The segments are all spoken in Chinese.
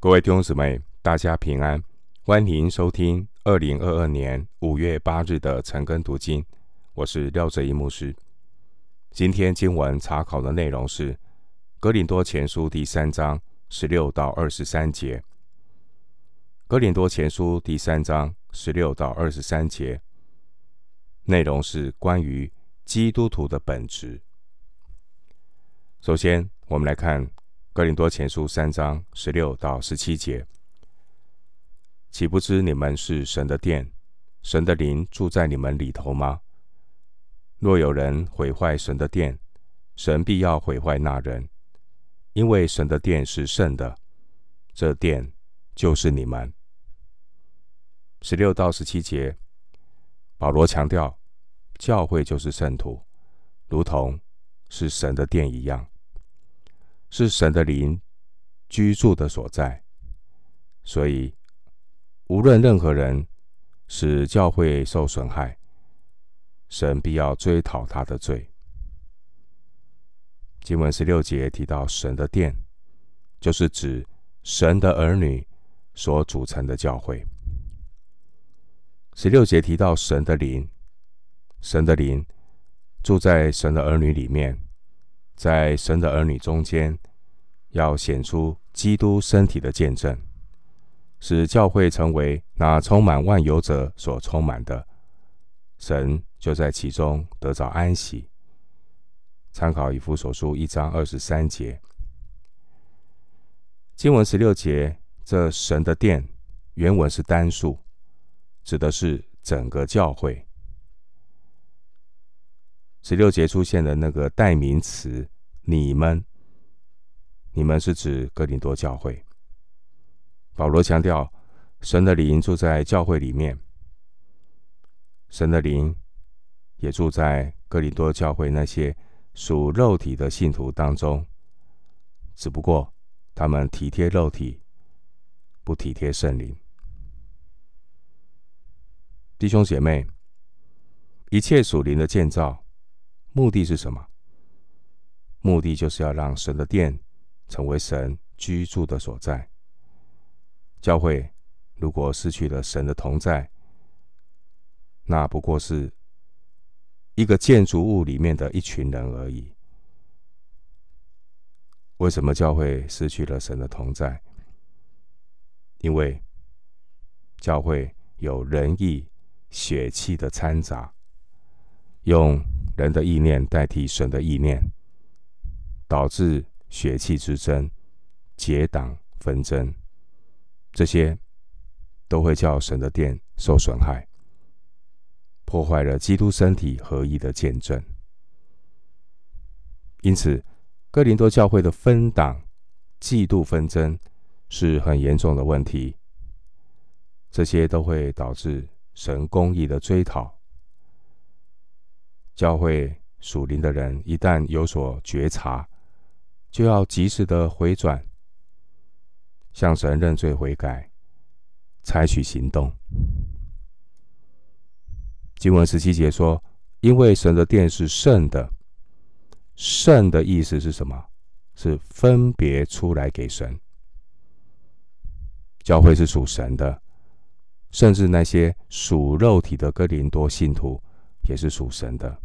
各位弟兄姊妹，大家平安，欢迎收听2022年5月8日的晨更读经。我是廖哲一牧师。今天经文查考的内容是哥林多前书第3章16到23节。哥林多前书第3章16到23节，内容是关于基督徒的本质。首先，我们来看哥林多前书3章16到17节。岂不知你们是神的殿，神的灵住在你们里头吗？若有人毁坏神的殿，神必要毁坏那人，因为神的殿是圣的，这殿就是你们。16到17节，保罗强调，教会就是圣徒，如同是神的殿一样，是神的灵居住的所在。所以无论任何人使教会受损害，神必要追讨他的罪。经文16节提到神的殿，就是指神的儿女所组成的教会。16节提到神的灵，神的灵住在神的儿女里面，在神的儿女中间，要显出基督身体的见证，使教会成为那充满万有者所充满的，神就在其中得着安息。参考以弗所书1章23节。经文16节，这神的殿原文是单数，指的是整个教会。16节出现的那个代名词你们是指哥林多教会。保罗强调，神的灵住在教会里面，神的灵也住在哥林多教会那些属肉体的信徒当中，只不过他们体贴肉体，不体贴圣灵。弟兄姐妹，一切属灵的建造目的是什么？目的就是要让神的殿成为神居住的所在。教会如果失去了神的同在，那不过是一个建筑物里面的一群人而已。为什么教会失去了神的同在？因为教会有人意血气的掺杂，用人的意念代替神的意念，导致血气之争、结党纷争，这些都会叫神的殿受损害，破坏了基督身体合一的见证。因此，哥林多教会的分党、嫉妒纷争是很严重的问题，这些都会导致神公义的追讨。教会属灵的人一旦有所觉察，就要及时的回转，向神认罪悔改，采取行动。经文17节说，因为神的殿是圣的。圣的意思是什么？是分别出来给神。教会是属神的，甚至那些属肉体的哥林多信徒也是属神的。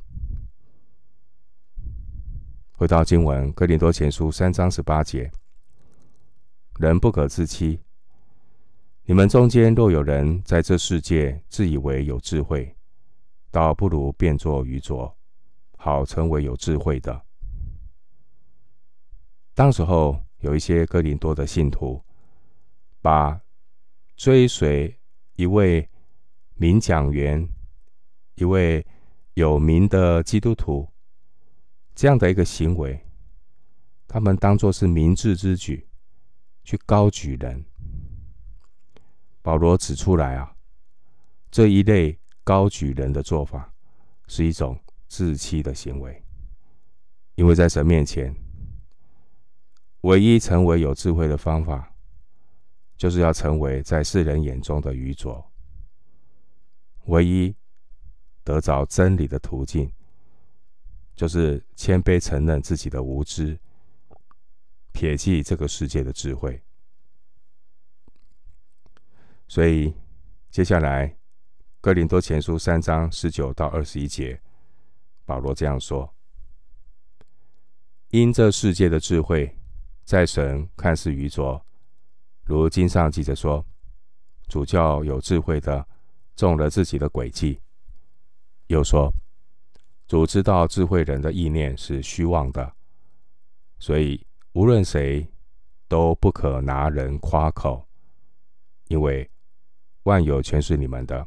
回到经文，哥林多前书3章18节，人不可自欺，你们中间若有人在这世界自以为有智慧，倒不如变作愚拙，好成为有智慧的。当时候有一些哥林多的信徒，把追随一位名讲员、一位有名的基督徒这样的一个行为，他们当作是明智之举，去高举人。保罗指出来这一类高举人的做法是一种自欺的行为，因为在神面前，唯一成为有智慧的方法，就是要成为在世人眼中的愚拙。唯一得着真理的途径，就是谦卑承认自己的无知，撇弃这个世界的智慧。 所以接下来哥林多前书3章19到21节，保罗这样说：因这世界的智慧，在神看似愚拙，如经上记着说，主叫有智慧的中了自己的诡计。又说，主知道智慧人的意念是虚妄的，所以无论谁都不可拿人夸口，因为万有全是你们的。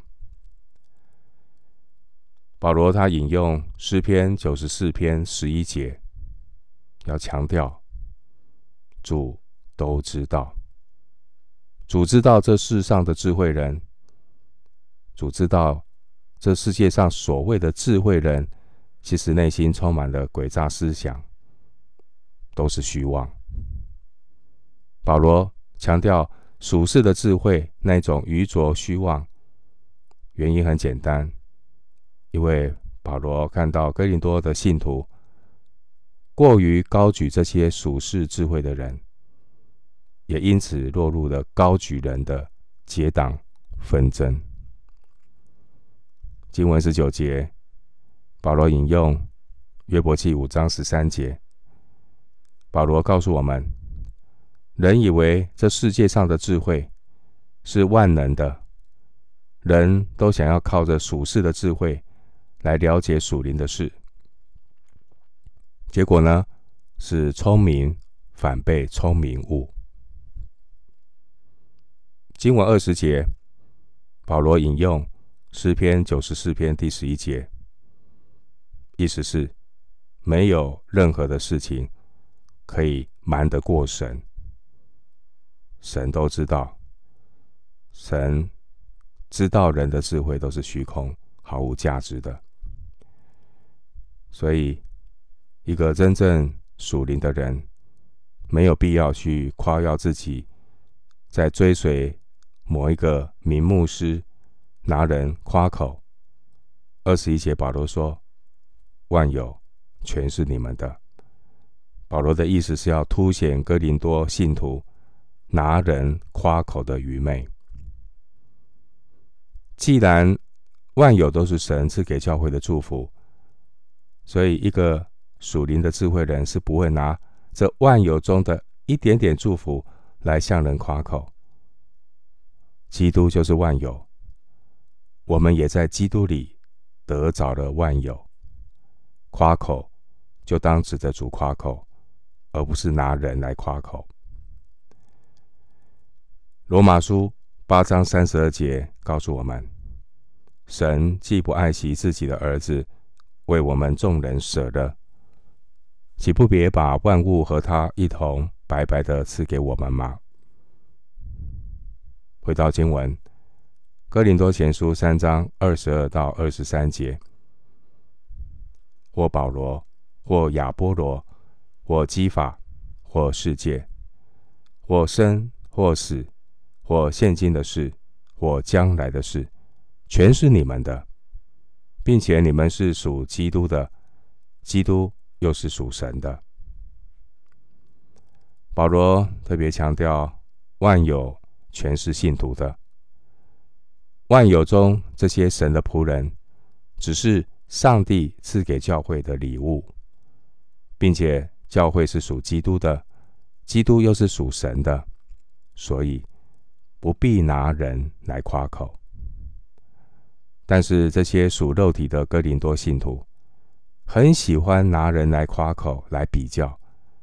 保罗他引用诗篇94篇11节，要强调主都知道，主知道这世上的智慧人，主知道这世界上所谓的智慧人，其实内心充满了诡诈思想，都是虚妄。保罗强调属世的智慧那种愚拙虚妄，原因很简单，因为保罗看到哥林多的信徒过于高举这些属世智慧的人，也因此落入了高举人的结党纷争。经文19节，保罗引用约伯记5章13节，保罗告诉我们，人以为这世界上的智慧是万能的，人都想要靠着属世的智慧来了解属灵的事，结果呢，是聪明反被聪明误。经文20节，保罗引用诗篇94篇第11节，意思是没有任何的事情可以瞒得过神，神都知道，神知道人的智慧都是虚空，毫无价值的。所以一个真正属灵的人，没有必要去夸耀自己在追随某一个名牧师，拿人夸口。21节保罗说，万有全是你们的。保罗的意思是要凸显哥林多信徒拿人夸口的愚昧。既然万有都是神赐给教会的祝福，所以一个属灵的智慧人是不会拿这万有中的一点点祝福来向人夸口。基督就是万有，我们也在基督里得着了万有。夸口就当指着主夸口，而不是拿人来夸口。罗马书8章32节告诉我们，神既不爱惜自己的儿子，为我们众人舍了，岂不别把万物和他一同白白的赐给我们吗？回到经文，哥林多前书3章22到23节，或保罗，或亚波罗，或基法，或世界，或生或死，或现今的事，或将来的事，全是你们的，并且你们是属基督的，基督又是属神的。保罗特别强调，万有全是信徒的。万有中这些神的仆人，只是上帝赐给教会的礼物，并且教会是属基督的，基督又是属神的，所以不必拿人来夸口。但是这些属肉体的哥林多信徒，很喜欢拿人来夸口，来比较，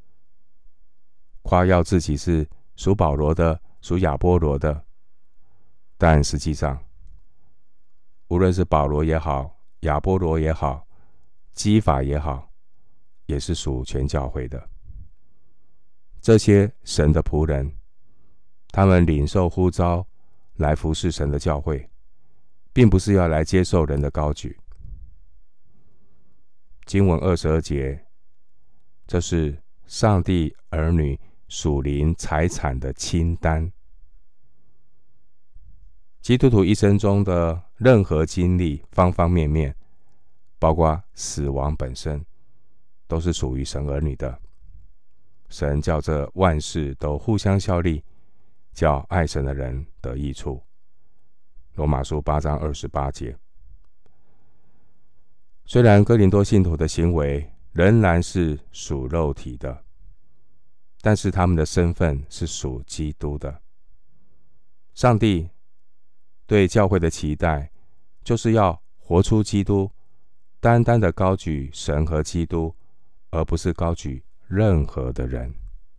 夸耀自己是属保罗的，属亚波罗的。但实际上，无论是保罗也好，亚波罗也好，基法也好，也是属全教会的。这些神的仆人，他们领受呼召来服侍神的教会，并不是要来接受人的高举。经文22节，这是上帝儿女属灵财产的清单。基督徒一生中的任何经历，方方面面，包括死亡本身，都是属于神儿女的。神叫这万事都互相效力，叫爱神的人得益处， 罗马书8章28节。虽然哥林多信徒的行为仍然是属肉体的，但是他们的身份是属基督的。上帝对教会的期待，就是要活出基督，单单的高举神和基督，而不是高举任何的人。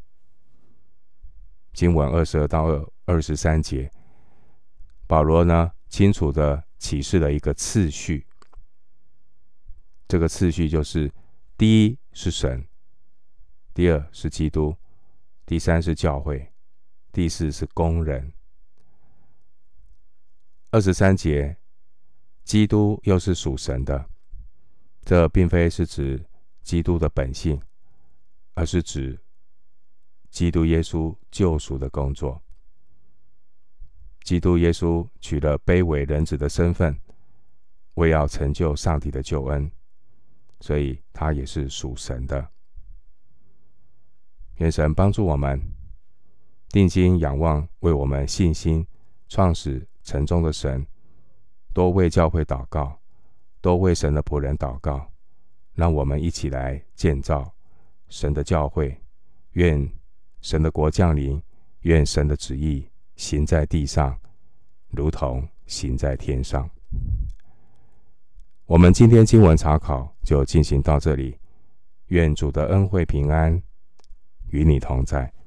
经文22到23节，保罗呢清楚的启示了一个次序。这个次序就是：第一是神，第二是基督，第三是教会，第四是工人。23节，基督又是属神的，这并非是指基督的本性，而是指基督耶稣救赎的工作。基督耶稣取了卑微人子的身份，为要成就上帝的救恩，所以他也是属神的。愿神帮助我们定睛仰望为我们信心创始成终的神，多为教会祷告，多为神的仆人祷告，让我们一起来建造神的教会。愿神的国降临，愿神的旨意行在地上，如同行在天上。我们今天经文查考就进行到这里，愿主的恩惠平安与你同在。